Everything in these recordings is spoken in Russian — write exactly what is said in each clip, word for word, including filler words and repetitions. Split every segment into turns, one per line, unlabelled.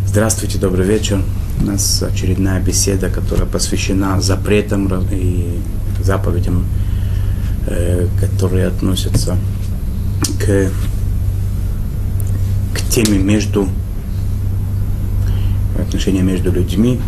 Здравствуйте, добрый вечер. У нас очередная беседа, которая посвящена запретам и заповедям, которые относятся к, к теме между отношения между людьми.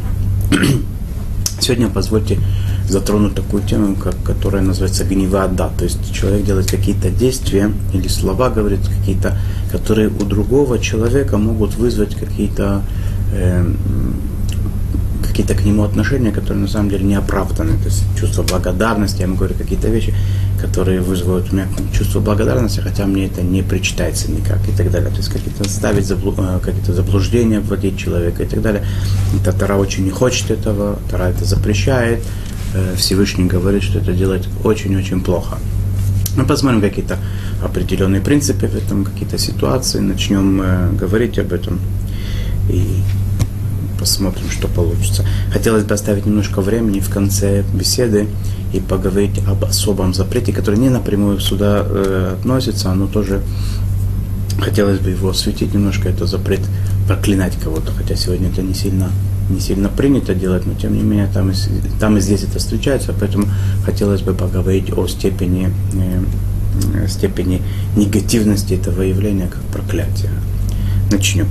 Сегодня позвольте затронуть такую тему, как, которая называется гнева ада. То есть человек делает какие-то действия или слова говорит какие-то, которые у другого человека могут вызвать какие-то э, какие-то к нему отношения, которые на самом деле не оправданы. То есть чувство благодарности, я ему говорю какие-то вещи, которые вызывают у меня чувство благодарности, хотя мне это не причитается никак и так далее. То есть какие-то ставить заблу, какие-то заблуждения, вводить человека и так далее. Это Тора очень не хочет этого, Тора это запрещает. Всевышний говорит, что это делать очень-очень плохо. Мы посмотрим какие-то определенные принципы в этом, какие-то ситуации, начнем э, говорить об этом и посмотрим, что получится. Хотелось бы оставить немножко времени в конце беседы и поговорить об особом запрете, который не напрямую сюда э, относится, но тоже хотелось бы его осветить немножко. Это запрет проклинать кого-то, хотя сегодня это не сильно не сильно принято делать, но тем не менее там и, там и здесь это встречается, поэтому хотелось бы поговорить о степени, э, степени негативности этого явления как проклятия. Начнем.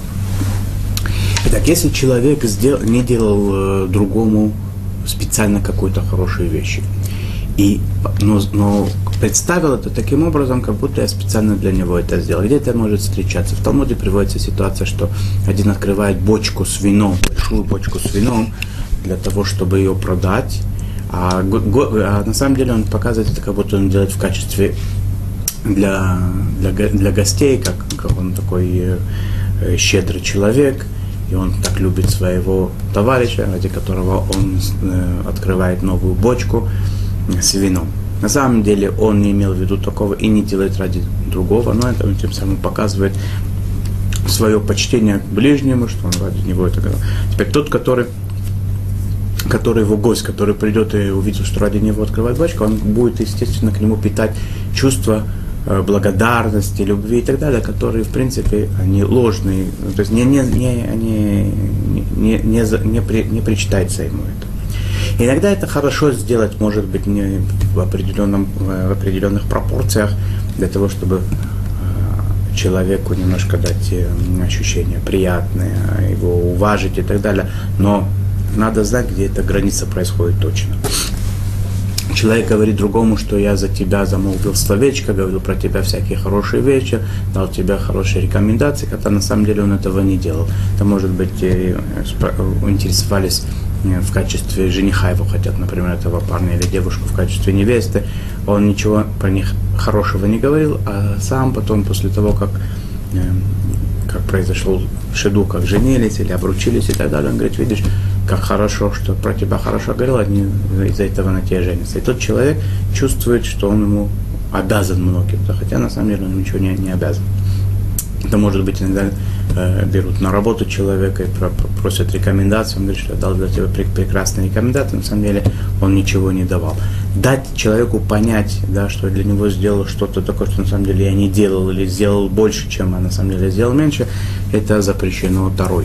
Итак, если человек сделал, не делал э, другому специально какой-то хорошей вещи, и, но, но представил это таким образом, как будто я специально для него это сделал. Где это может встречаться? В Талмуде приводится ситуация, что один открывает бочку с вином, большую бочку с вином, для того, чтобы ее продать, а, го, а на самом деле он показывает это, как будто он делает в качестве для, для, для гостей, как, как он такой э, щедрый человек, и он так любит своего товарища, ради которого он э, открывает новую бочку с вином. На самом деле он не имел в виду такого и не делает ради другого, но это он тем самым показывает свое почтение к ближнему, что он ради него это говорил. Теперь тот, который, который его гость, который придет и увидит, что ради него открывает бочку, он будет, естественно, к нему питать чувства благодарности, любви и так далее, которые, в принципе, они ложные, то есть не, не, не, они, не, не, не, при, не причитается ему это. Иногда это хорошо сделать, может быть, не в, определенном, в определенных пропорциях, для того, чтобы человеку немножко дать ощущение приятное, его уважить и так далее. Но надо знать, где эта граница происходит точно. Человек говорит другому, что я за тебя замолвил словечко, говорил про тебя всякие хорошие вещи, дал тебе хорошие рекомендации, хотя на самом деле он этого не делал. Это, может быть, интересовались в качестве жениха, его хотят, например, этого парня или девушку в качестве невесты. Он ничего про них хорошего не говорил, а сам потом, после того, как, как произошел шеду, как женились или обручились и так далее, он говорит, видишь, как хорошо, что про тебя хорошо говорил, они из-за этого на тебя женятся. И тот человек чувствует, что он ему обязан многим, хотя на самом деле он ничего не, не обязан. Это может быть иногда э, берут на работу человека и про, про, просят рекомендации, он говорит, что я дал для тебя прекрасные рекомендации, на самом деле он ничего не давал. Дать человеку понять, да, что я для него сделал что-то такое, что на самом деле я не делал, или сделал больше, чем я на самом деле сделал меньше, это запрещено Торой.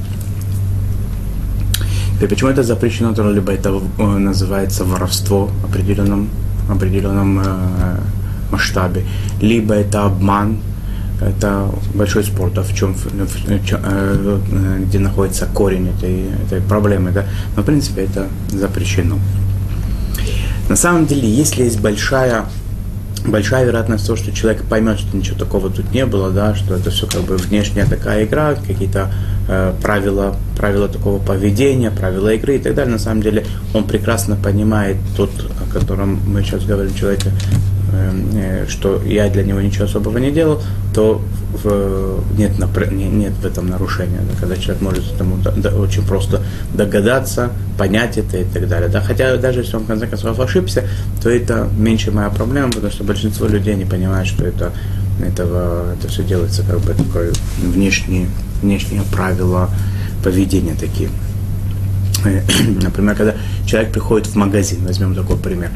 И почему это запрещено Торой? Либо это называется воровство в определенном, определенном э, масштабе, либо это обман. Это большой спор, да, в чем, в чем э, где находится корень этой, этой проблемы, да. Но в принципе это запрещено. На самом деле, если есть большая, большая вероятность того, что человек поймет, что ничего такого тут не было, да, что это все как бы внешняя такая игра, какие-то э, правила, правила такого поведения, правила игры и так далее, на самом деле он прекрасно понимает тот, о котором мы сейчас говорим, человека, что я для него ничего особого не делал, то в, нет, нет в этом нарушения. Да, когда человек может этому да, да, очень просто догадаться, понять это и так далее. Да. Хотя даже если он в конце концов ошибся, то это меньше моя проблема, потому что большинство людей не понимает, что это, этого, это все делается как бы такое внешние, внешние правила поведения такие. Например, когда человек приходит в магазин, возьмем такой пример,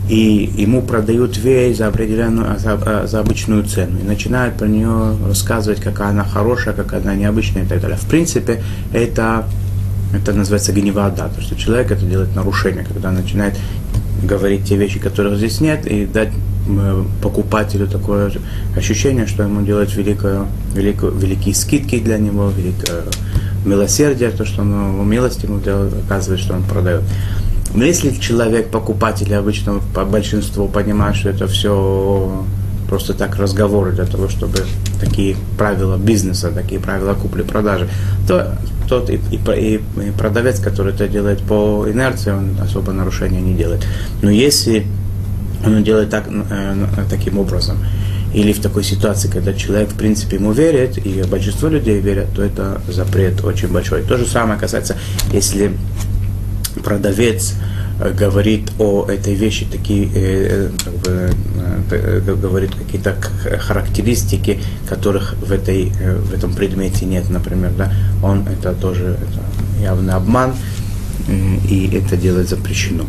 и ему продают вещь за определенную, за, за обычную цену, и начинают про нее рассказывать, какая она хорошая, какая она необычная и так далее. В принципе, это, это называется гневода, то, что человек это делает нарушение, когда начинает говорить те вещи, которых здесь нет, и дать покупателю такое ощущение, что ему делают великое, великое, великие скидки для него, великое милосердие, то, что он милость ему делает, оказывает, что он продает. Но если человек, покупатель, обычно по большинству понимает, что это все просто так разговоры для того, чтобы такие правила бизнеса, такие правила купли-продажи, то тот и, и, и продавец, который это делает по инерции, он особо нарушения не делает. Но если он делает так, э, таким образом, или в такой ситуации, когда человек, в принципе, ему верит, и большинство людей верят, то это запрет очень большой. То же самое касается, если продавец говорит о этой вещи, такие, э, как бы, э, говорит какие-то характеристики, которых в, этой, э, в этом предмете нет, например, да, он это тоже это явный обман, э, и это делать запрещено.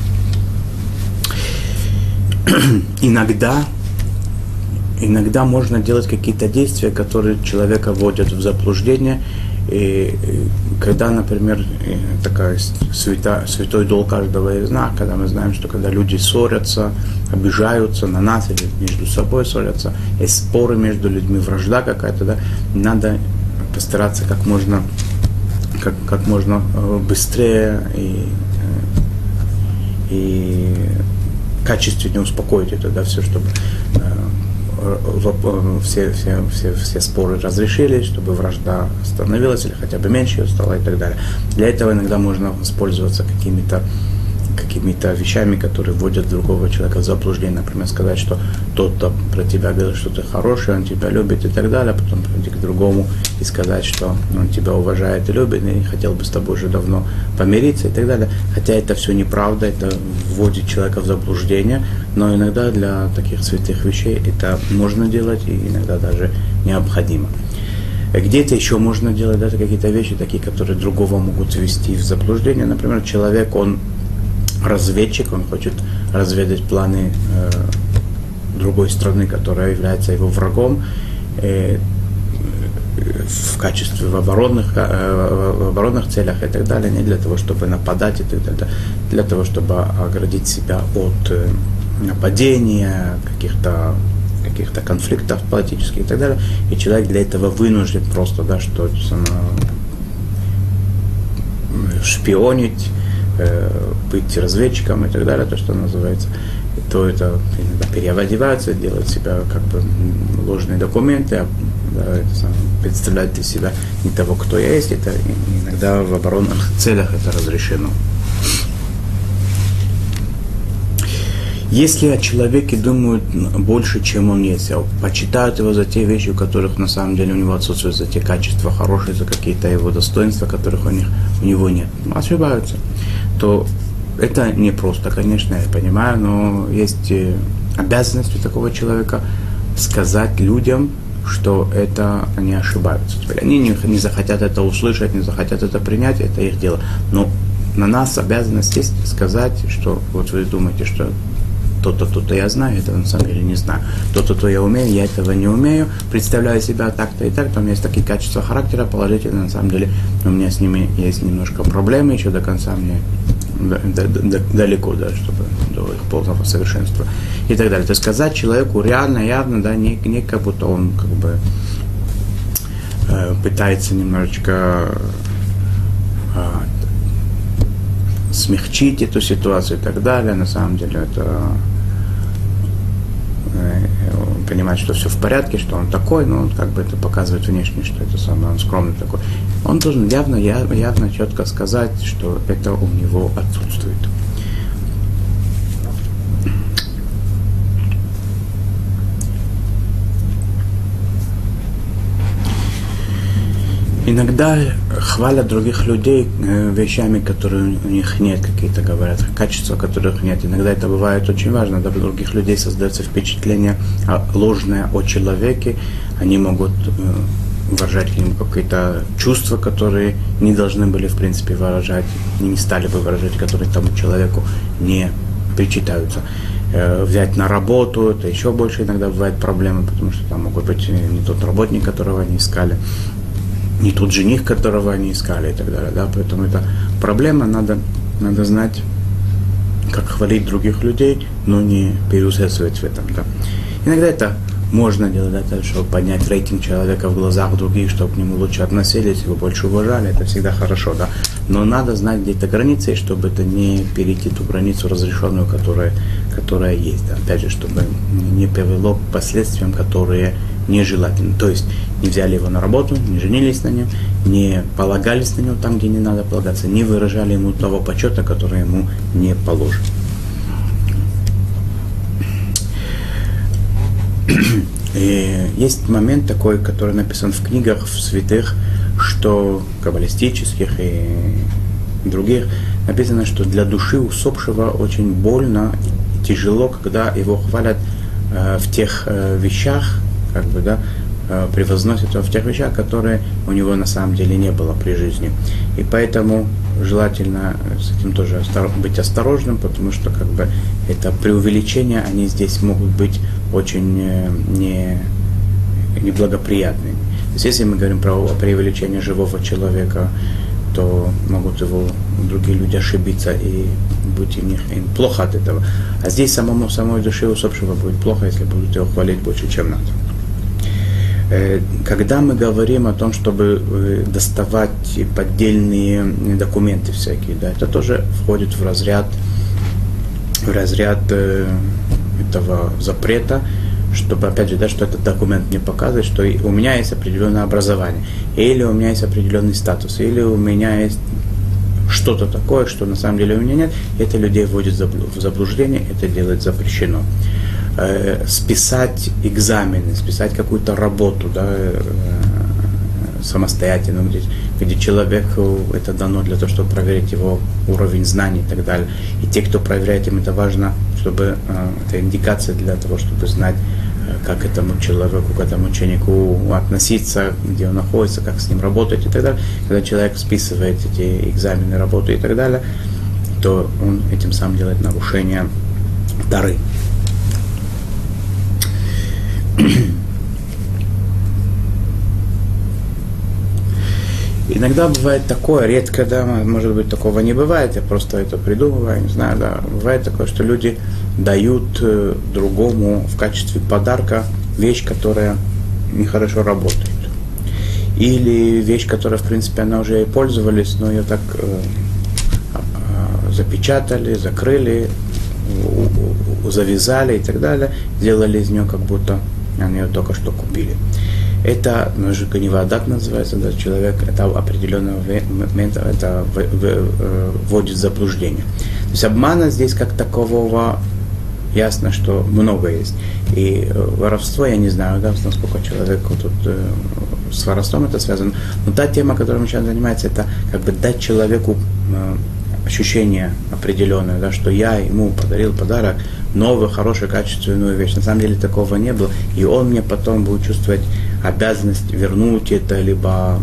Иногда, иногда можно делать какие-то действия, которые человека вводят в заблуждение. И, и когда, например, такая свята, святой долг каждого из нас, когда мы знаем, что когда люди ссорятся, обижаются на нас или между собой ссорятся, есть споры между людьми, вражда какая-то, да, надо постараться как можно, как, как можно быстрее и, и качественнее успокоить это, да, все, чтобы все, все, все, все споры разрешились, чтобы вражда остановилась или хотя бы меньше ее стало и так далее. Для этого иногда можно воспользоваться какими-то какими-то вещами, которые вводят другого человека в заблуждение. Например, сказать, что тот-то про тебя говорит, что ты хороший, он тебя любит и так далее, потом прийти к другому и сказать, что он тебя уважает и любит, и хотел бы с тобой уже давно помириться и так далее. Хотя это все неправда, это вводит человека в заблуждение, но иногда для таких святых вещей это можно делать и иногда даже необходимо. Где-то еще можно делать да, какие-то вещи, такие, которые другого могут ввести в заблуждение. Например, человек, он разведчик, он хочет разведать планы э, другой страны, которая является его врагом, э, в качестве в оборонных, э, в оборонных целях и так далее, не для того, чтобы нападать и так далее, для того, чтобы оградить себя от э, нападения, каких-то каких-то конфликтов политических и так далее. И человек для этого вынужден просто, да, что шпионить, быть разведчиком и так далее, то, что называется, то это иногда переодеваются, делают себя как бы ложные документы, да, это самое, представлять для себя не того, кто я есть, это иногда в оборонных целях это разрешено. Если о человеке думают больше, чем он есть, почитают его за те вещи, у которых на самом деле у него отсутствуют, за те качества хорошие, за какие-то его достоинства, которых у, них, у него нет, ошибаются, то это непросто, конечно, я понимаю, но есть обязанность у такого человека сказать людям, что это они ошибаются. Теперь они не, не захотят это услышать, не захотят это принять, это их дело. Но на нас обязанность есть сказать, что вот вы думаете, что то-то, то-то я знаю, этого на самом деле не знаю. То-то, то я умею, я этого не умею, представляю себя так-то и так-то, у меня есть такие качества характера положительные, на самом деле у меня с ними есть немножко проблемы, еще до конца мне далеко, да, чтобы до их полного совершенства и так далее. То есть сказать человеку реально, явно, да, не, не как будто он как бы э, пытается немножечко э, смягчить эту ситуацию и так далее. На самом деле это он понимает, что все в порядке, что он такой, но он как бы это показывает внешне, что это самый он скромный такой. Он должен явно, явно, явно четко сказать, что это у него отсутствует. Иногда хвалят других людей вещами, которые у них нет, какие-то говорят, качества, которых нет. Иногда это бывает очень важно. Для других людей создается впечатление ложное о человеке. Они могут выражать к нему какие-то чувства, которые не должны были, в принципе, выражать, не стали бы выражать, которые тому человеку не, причитаются. Э, взять на работу, это еще больше иногда бывает проблемы, потому что там могут быть не тот работник, которого они искали, не тот жених, которого они искали и так далее. Да? Поэтому это проблема, надо, надо знать, как хвалить других людей, но не переусердствовать в этом. Да? Иногда это можно делать, да, чтобы поднять рейтинг человека в глазах других, чтобы к нему лучше относились, его больше уважали, это всегда хорошо, да. Но надо знать где-то границы, чтобы это не перейти ту границу разрешенную, которая, которая есть. Да. Опять же, чтобы не привело к последствиям, которые нежелательны. То есть не взяли его на работу, не женились на нем, не полагались на него там, где не надо полагаться, не выражали ему того почета, который ему не положен. И есть момент такой, который написан в книгах, в святых, что каббалистических и других, написано, что для души усопшего очень больно и тяжело, когда его хвалят э, в тех э, вещах, как бы, да, э, превозносят его в тех вещах, которые у него на самом деле не было при жизни. И поэтому желательно с этим тоже быть осторожным, потому что как бы это преувеличения, они здесь могут быть очень не, неблагоприятными. То есть, если мы говорим про преувеличение живого человека, то могут его другие люди ошибиться и быть им, им плохо от этого. А здесь самому самой душе усопшего будет плохо, если будут его хвалить больше, чем надо. Когда мы говорим о том, чтобы доставать поддельные документы всякие, да, это тоже входит в разряд, в разряд этого запрета, чтобы, опять же, да, что этот документ мне показывает, что у меня есть определенное образование, или у меня есть определенный статус, или у меня есть что-то такое, что на самом деле у меня нет, это людей вводит в заблуждение, это делать запрещено. Э, списать экзамены, списать какую-то работу, да, э, самостоятельно, где, где человеку это дано для того, чтобы проверить его уровень знаний и так далее. И те, кто проверяет, им это важно, чтобы э, это индикация для того, чтобы знать, э, как этому человеку, к этому ученику относиться, где он находится, как с ним работать и так далее. Когда человек списывает эти экзамены, работу и так далее, то он этим самым делает нарушение Торы. Иногда бывает такое, редко, да, может быть, такого не бывает, я просто это придумываю, не знаю, да, бывает такое, что люди дают э, другому в качестве подарка вещь, которая нехорошо работает. Или вещь, которая, в принципе, она уже и пользовались, но ее так э, э, запечатали, закрыли, у, у, завязали и так далее, сделали из нее, как будто они ее только что купили. Это, ну, же ганивадат называется, да, человек, это определенного момента, это вводит в заблуждение. То есть обмана здесь как такового ясно, что много есть. И воровство, я не знаю, да, насколько человеку тут э, с воровством это связано. Но та тема, которой мы сейчас занимаемся, это как бы дать человеку э, ощущение определенное, да, что я ему подарил подарок, новую, хорошую, качественную вещь. На самом деле такого не было. И он мне потом будет чувствовать обязанность вернуть это, либо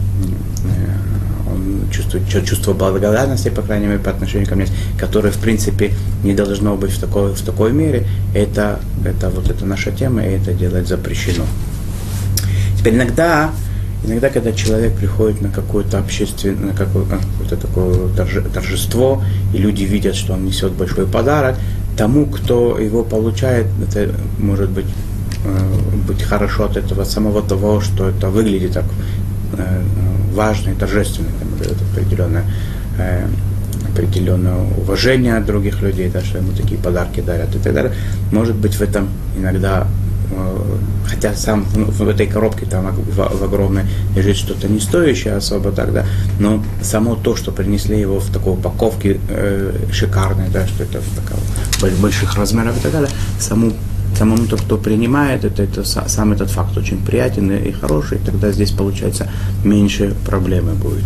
э, он чувствует чувство благодарности, по крайней мере, по отношению ко мне, которое, в принципе, не должно быть в такой, в такой мере. Это, это вот это наша тема, и это делать запрещено. Теперь иногда, иногда, когда человек приходит на какое-то общественное, какое-то, какое-то такое торжество, и люди видят, что он несет большой подарок, тому, кто его получает, это может быть, быть хорошо от этого, от самого того, что это выглядит так важно и торжественно, это определенное, определенное уважение от других людей, да, что ему такие подарки дарят и так далее. Может быть, в этом иногда, хотя сам в этой коробке там в, в огромной лежит что-то не стоящее особо тогда, но само то, что принесли его в такой упаковке э, шикарной, да, что это в такого, больших размеров и так далее, саму, самому тот, кто принимает это, это, сам этот факт очень приятен и, и хороший, и тогда здесь получается меньше проблемы будет.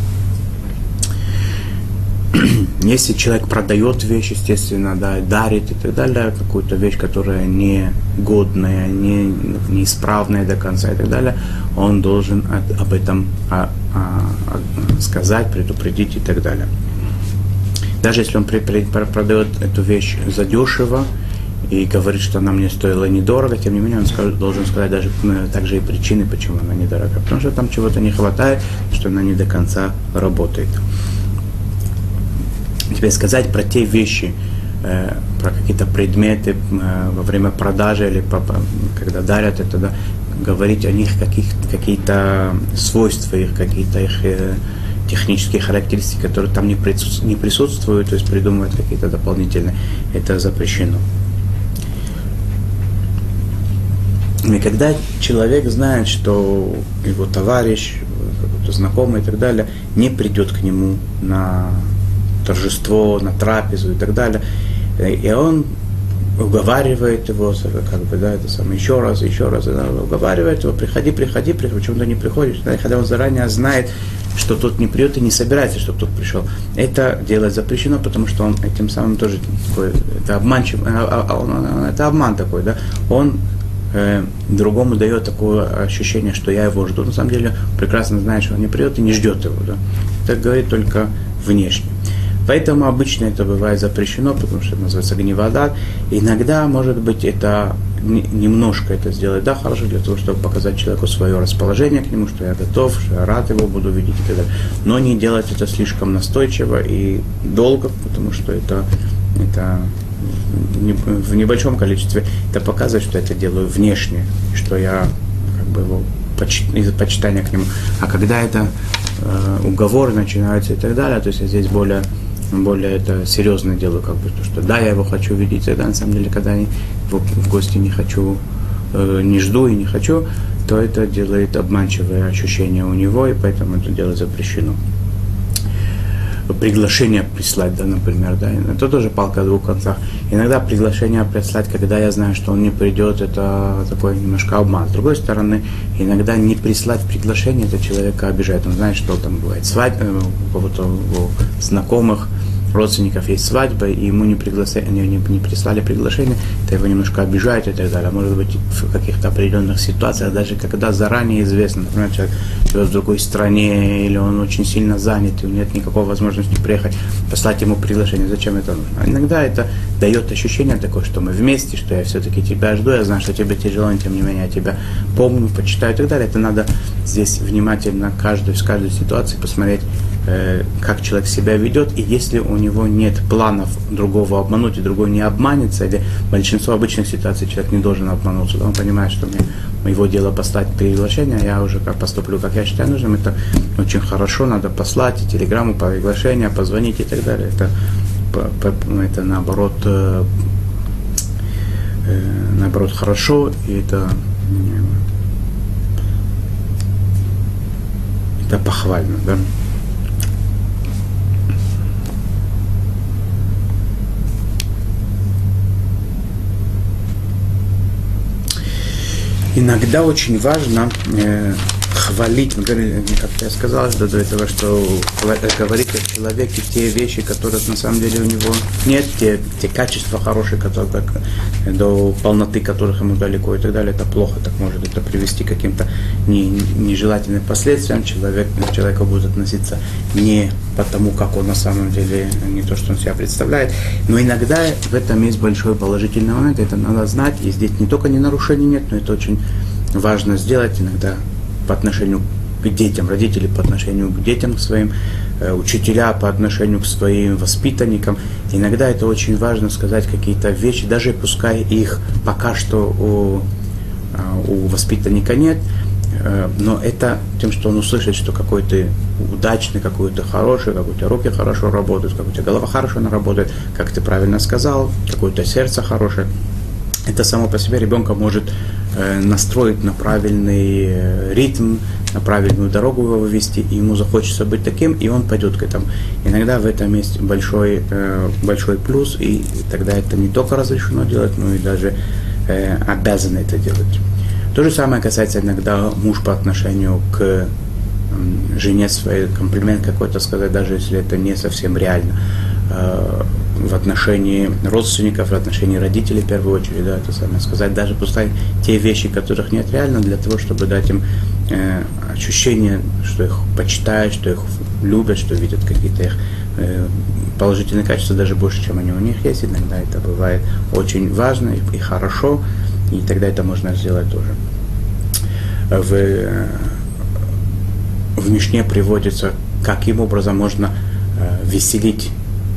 Если человек продает вещь, естественно, да, дарит и так далее, какую-то вещь, которая не годная, не, неисправная до конца и так далее, он должен от, об этом а, а, сказать, предупредить и так далее. Даже если он при, при, продает эту вещь задешево и говорит, что она мне стоила недорого, тем не менее он скажет, должен сказать даже также и причины, почему она недорога. Потому что там чего-то не хватает, что она не до конца работает. Теперь сказать про те вещи, э, про какие-то предметы э, во время продажи или по, по, когда дарят это, да, говорить о них каких, какие-то свойства их, какие-то их э, технические характеристики, которые там не, присутств, не присутствуют, то есть придумывать какие-то дополнительные, это запрещено. И когда человек знает, что его товарищ, какой-то знакомый и так далее, не придет к нему на торжество, на трапезу и так далее, и он уговаривает его, как бы, да, это самое, еще раз, еще раз, да, уговаривает его, приходи, приходи, приходи, почему ты не приходишь, да, когда он заранее знает, что тот не придет и не собирается, чтобы тот пришел. Это делать запрещено, потому что он этим самым тоже такой, это обманчив, это обман такой, да, он э, другому дает такое ощущение, что я его жду, на самом деле прекрасно знает, что он не придет и не ждет его, да, так говорит только внешне. Поэтому обычно это бывает запрещено, потому что это называется гневодат. Иногда, может быть, это немножко это сделать, да, хорошо, для того, чтобы показать человеку свое расположение к нему, что я готов, что я рад его буду видеть и так далее. Но не делать это слишком настойчиво и долго, потому что это, это в небольшом количестве, это показывает, что я это делаю внешне, что я как бы его из-за почитания к нему. А когда это э, уговоры начинаются и так далее, то есть я здесь более более это серьезно делаю, как бы, то, что да, я его хочу видеть, а да, на самом деле, когда я его в гости не хочу, э, не жду и не хочу, то это делает обманчивое ощущение у него, и поэтому это дело запрещено. Приглашение прислать, да, например, да, это тоже палка о двух концах. Иногда приглашение прислать, когда я знаю, что он не придет, это такой немножко обман. С другой стороны, иногда не прислать приглашение, это человека обижает. Он знает, что там бывает свадьба, у кого-то у знакомых, родственников есть свадьба, и ему не, приглашали, не, не, не прислали приглашение, это его немножко обижает и так далее. Может быть, в каких-то определенных ситуациях, даже когда заранее известно, например, человек живет в другой стране, или он очень сильно занят, и нет никакой возможности приехать, послать ему приглашение. Зачем это нужно? А иногда это дает ощущение такое, что мы вместе, что я все-таки тебя жду, я знаю, что тебе тяжело, но тем не менее я тебя помню, почитаю и так далее. Это надо здесь внимательно каждую, с каждой ситуации посмотреть, как человек себя ведет, и если у него нет планов другого обмануть, и другой не обманется, или большинство обычных ситуаций человек не должен обмануться, он понимает, что мне его дело послать приглашение, я уже как поступлю, как я считаю нужным, это очень хорошо, надо послать и телеграмму, приглашение, позвонить и так далее, это, это наоборот, наоборот хорошо, и это, это похвально, да. Иногда очень важно э, хвалить, мы говорили, как я сказал что до этого, что говорить о человеке те вещи, которых на самом деле у него нет, те, те качества хорошие, которые как, до полноты которых ему далеко и так далее, это плохо, так может это привести к каким-то не, нежелательным последствиям, человек, к человеку будет относиться не потому, как он на самом деле, не то, что он себя представляет, но иногда в этом есть большой положительный момент, это надо знать, и здесь не только не нарушений нет, но это очень важно сделать иногда по отношению к детям, родители по отношению к детям своим, учителя по отношению к своим воспитанникам. Иногда это очень важно сказать какие-то вещи, даже пускай их пока что у, у воспитанника нет, но это тем, что он услышит, что какой-то удачный, какой-то хороший, какой-то руки хорошо работают, какой-то голова хорошо работает, как ты правильно сказал, какое-то сердце хорошее. Это само по себе ребенка может э, настроить на правильный э, ритм, на правильную дорогу его вести, и ему захочется быть таким, и он пойдет к этому. Иногда в этом есть большой, э, большой плюс, и тогда это не только разрешено делать, но и даже э, обязаны это делать. То же самое касается иногда муж по отношению к э, жене своей, комплимент какой-то сказать, даже если это не совсем реально. Э, в отношении родственников, в отношении родителей в первую очередь, да, это самое сказать, даже пускай те вещи, которых нет реально, для того, чтобы дать им э, ощущение, что их почитают, что их любят, что видят какие-то их положительные качества даже больше, чем они у них есть. Иногда это бывает очень важно и хорошо, и тогда это можно сделать тоже. В, в Мишне приводится, каким образом можно веселить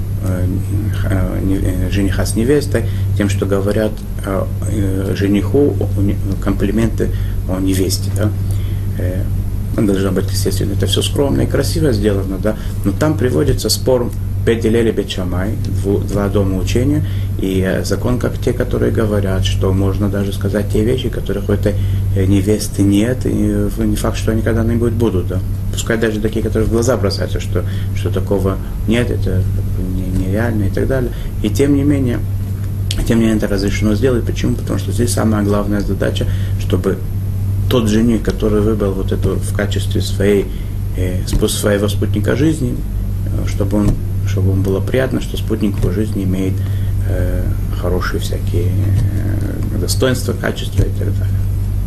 жениха с невестой, тем, что говорят жениху комплименты о невесте. Да? Должно быть, естественно, это все скромно и красиво сделано, да? Но там приводится спор Бет Гилель и Бет Шамай, два дома учения, и закон, как те, которые говорят, что можно даже сказать те вещи, которых у этой невесты нет, и не факт, что они когда-нибудь будут. Да? Пускай даже такие, которые в глаза бросаются, что, что такого нет, это нереально и так далее. И тем не менее, тем не менее, это разрешено сделать. Почему? Потому что здесь самая главная задача, чтобы тот жених, который выбрал вот эту в качестве своей, э, своего спутника жизни, чтобы он, чтобы ему было приятно, что спутник его жизни имеет э, хорошие всякие э, достоинства, качества и так далее.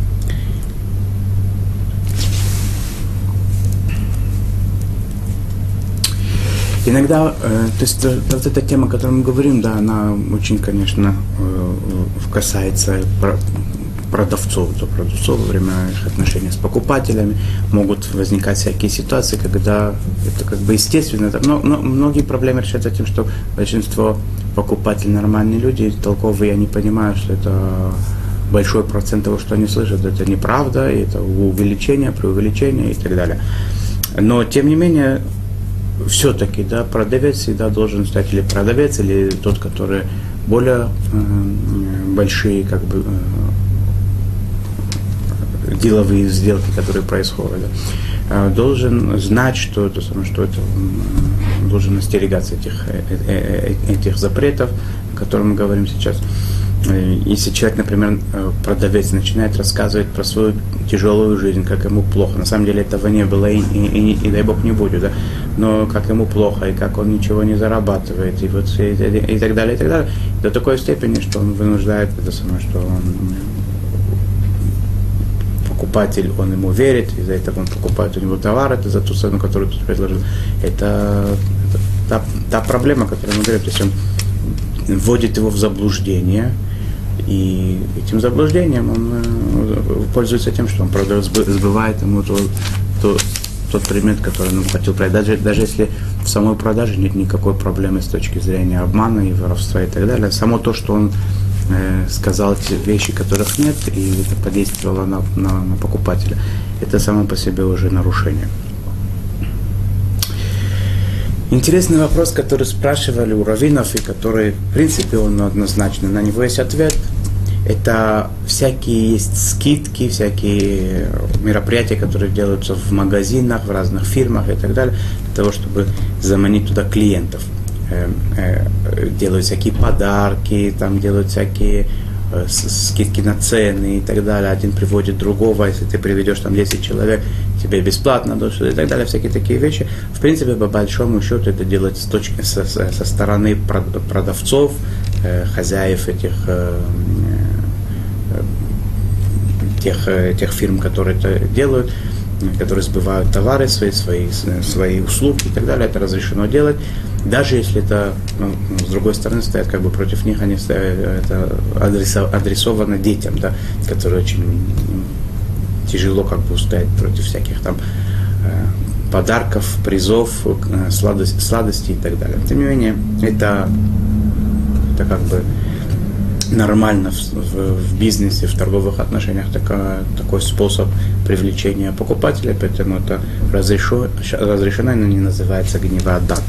Иногда, э, то есть э, вот эта тема, о которой мы говорим, да, она очень, конечно, э, касается про, продавцов, до продавцов во время их отношений с покупателями. Могут возникать всякие ситуации, когда это как бы естественно. Но, но многие проблемы решаются тем, что большинство покупателей нормальные люди, толковые, они понимают, что это большой процент того, что они слышат, это неправда, это увеличение, преувеличение и так далее. Но, тем не менее, все-таки, да, продавец всегда должен стать, или продавец, или тот, который более э, большие, как бы, э, деловые сделки, которые происходят, да, э, должен знать, что это, что это э, должен остерегаться этих, э, э, э, этих запретов, о которых мы говорим сейчас. Если человек, например, продавец, начинает рассказывать про свою тяжелую жизнь, как ему плохо, на самом деле этого не было и, и, и, и дай бог не будет, да? Но как ему плохо, и как он ничего не зарабатывает, и, вот, и, и, и так далее, и так далее, до такой степени, что он вынуждает, это самое, что он покупатель, он ему верит, из-за этого он покупает у него товар, это за ту цену, которую тут предложил. Это, это та, та проблема, о которой мы говорим, то есть он вводит его в заблуждение, и этим заблуждением он э, пользуется тем, что он продает, сбывает ему то, то, тот предмет, который он хотел продать. Даже, даже если в самой продаже нет никакой проблемы с точки зрения обмана и воровства и так далее, само то, что он э, сказал те вещи, которых нет, и это подействовало на, на, на покупателя, это само по себе уже нарушение. Интересный вопрос, который спрашивали у раввинов, и который, в принципе, он однозначно, на него есть ответ. Это всякие есть скидки, всякие мероприятия, которые делаются в магазинах, в разных фирмах и так далее, для того, чтобы заманить туда клиентов. Делают всякие подарки, там делают всякие скидки на цены и так далее. Один приводит другого, если ты приведешь там десять человек, тебе бесплатно, и так далее, всякие такие вещи. В принципе, по большому счету, это делается с точки, со, со стороны продавцов, э, хозяев этих э, тех, тех фирм, которые это делают, которые сбывают товары, свои, свои, свои услуги и так далее. Это разрешено делать. Даже если это, ну, с другой стороны, стоят как бы против них, они стоят, это адресовано детям, да, которые очень тяжело как бы устоять против всяких там э, подарков, призов, э, сладость, сладостей и так далее. Тем не менее, это, это как бы нормально в, в, в бизнесе, в торговых отношениях такой, такой способ привлечения покупателя, поэтому это разрешено, разрешено, но не называется гнева дат.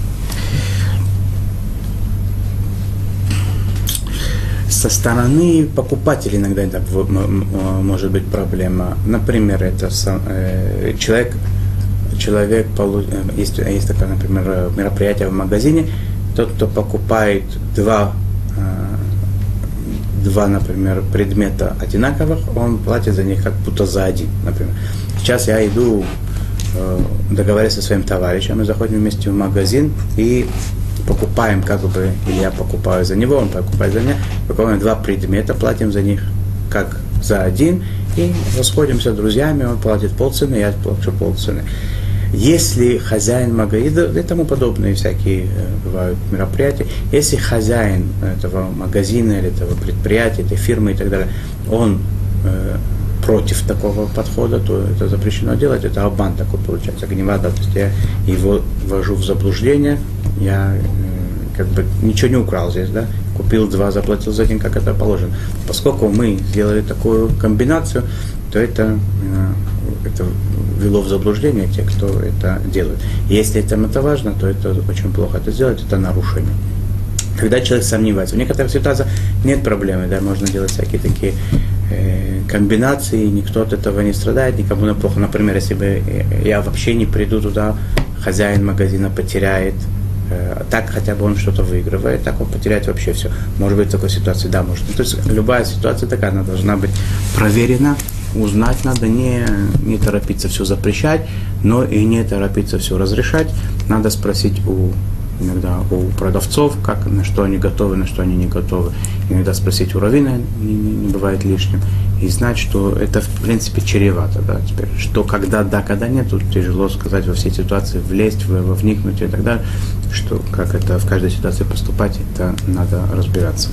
Со стороны покупателей иногда это может быть проблема. Например, это человек, человек есть, есть такое, например, мероприятие в магазине, тот, кто покупает два, два, например, предмета одинаковых, он платит за них как будто за один, например. Сейчас я иду, договариваюсь со своим товарищем, мы заходим вместе в магазин и покупаем, как бы, или я покупаю за него, он покупает за меня, покупаем два предмета, платим за них как за один, и расходимся с друзьями, он платит полцены, я плачу полцены. Если хозяин магазина и тому подобные всякие бывают мероприятия, если хозяин этого магазина или этого предприятия, этой фирмы и так далее, он э, против такого подхода, то это запрещено делать, это обман такой получается, гневада, то есть я его ввожу в заблуждение, я э, как бы ничего не украл здесь, да, купил два, заплатил за один, как это положено. Поскольку мы сделали такую комбинацию, то это, это ввело в заблуждение тех, кто это делает. Если этим это важно, то это очень плохо это сделать, это нарушение. Когда человек сомневается, в некоторых ситуациях нет проблемы, да, можно делать всякие такие э, комбинации, никто от этого не страдает, никому не плохо. Например, если бы я вообще не приду туда, хозяин магазина потеряет, э, так хотя бы он что-то выигрывает, так он потеряет вообще все. Может быть, в такой ситуации, да, может. То есть любая ситуация такая, она должна быть проверена. Узнать надо, не, не торопиться все запрещать, но и не торопиться все разрешать. Надо спросить у, иногда у продавцов, как, на что они готовы, на что они не готовы. Иногда спросить у раввина не, не, не бывает лишним. И знать, что это в принципе чревато. Да? Теперь, что когда да, когда нет, тут тяжело сказать во все ситуации, влезть, в, во вникнуть и так далее. Что, как это в каждой ситуации поступать, это надо разбираться.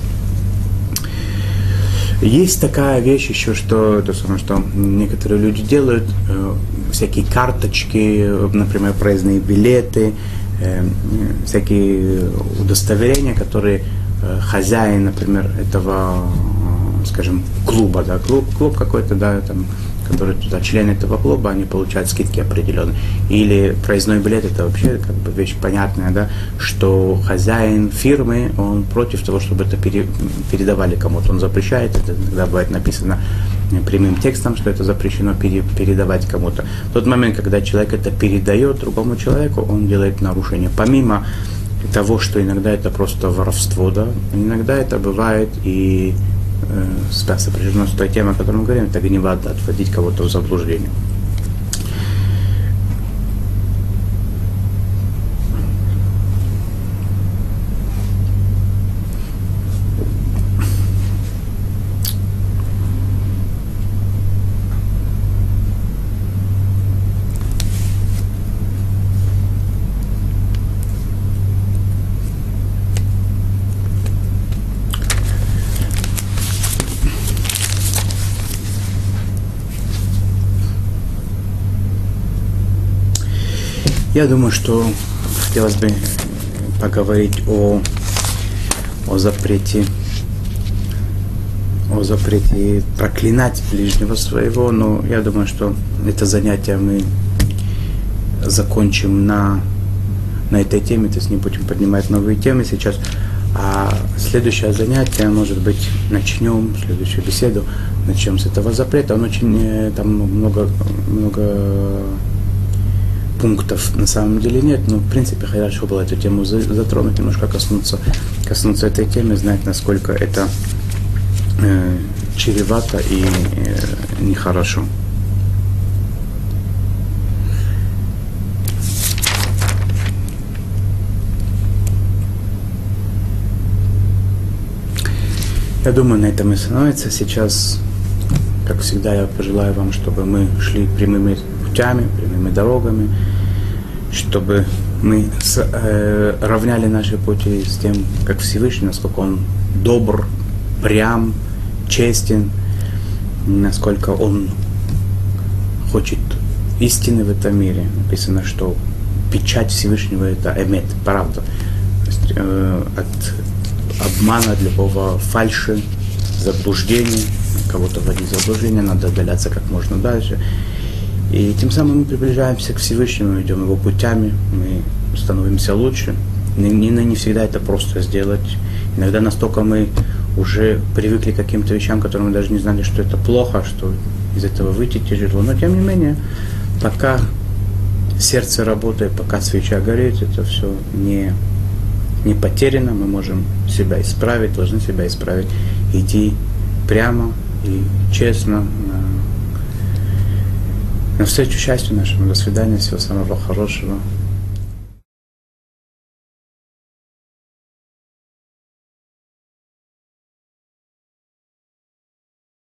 Есть такая вещь еще, что, то самое, что некоторые люди делают, э, всякие карточки, например, проездные билеты, э, всякие удостоверения, которые э, хозяин, например, этого, э, скажем, клуба, да, клуб, клуб какой-то, да, там, которые туда, члены этого клуба, они получают скидки определенные. Или проездной билет, это вообще как бы вещь понятная, да, что хозяин фирмы, он против того, чтобы это пере, передавали кому-то, он запрещает, это иногда бывает написано прямым текстом, что это запрещено пере, передавать кому-то. В тот момент, когда человек это передает другому человеку, он делает нарушение. Помимо того, что иногда это просто воровство, да, иногда это бывает и сопряжено с той темой, о которой мы говорим, это гневада, отводить кого-то в заблуждение. Я думаю, что хотелось бы поговорить о, о запрете, о запрете проклинать ближнего своего, но я думаю, что это занятие мы закончим на, на этой теме, то есть не будем поднимать новые темы сейчас. А следующее занятие, может быть, начнем, следующую беседу, начнем с этого запрета. Он очень, там много, много пунктов на самом деле нет, но в принципе хорошо было эту тему затронуть, немножко коснуться, коснуться этой темы, знать, насколько это э, чревато и э, нехорошо. Я думаю, на этом и становится. Сейчас, как всегда, я пожелаю вам, чтобы мы шли прямыми путями, прямыми дорогами, чтобы мы с, э, равняли наши пути с тем, как Всевышний, насколько Он добр, прям, честен, насколько Он хочет истины в этом мире. Написано, что печать Всевышнего — это эмет, правда. То есть, э, от обмана, от любого фальши, заблуждения, кого-то вводить в заблуждение, надо отдаляться как можно дальше. И тем самым мы приближаемся к Всевышнему, идем его путями, мы становимся лучше. Не, не, не всегда это просто сделать. Иногда настолько мы уже привыкли к каким-то вещам, которые мы даже не знали, что это плохо, что из этого выйти тяжело. Но тем не менее, пока сердце работает, пока свеча горит, это все не, не потеряно, мы можем себя исправить, должны себя исправить, идти прямо и честно навстречу счастью нашему. До свидания, всего самого хорошего.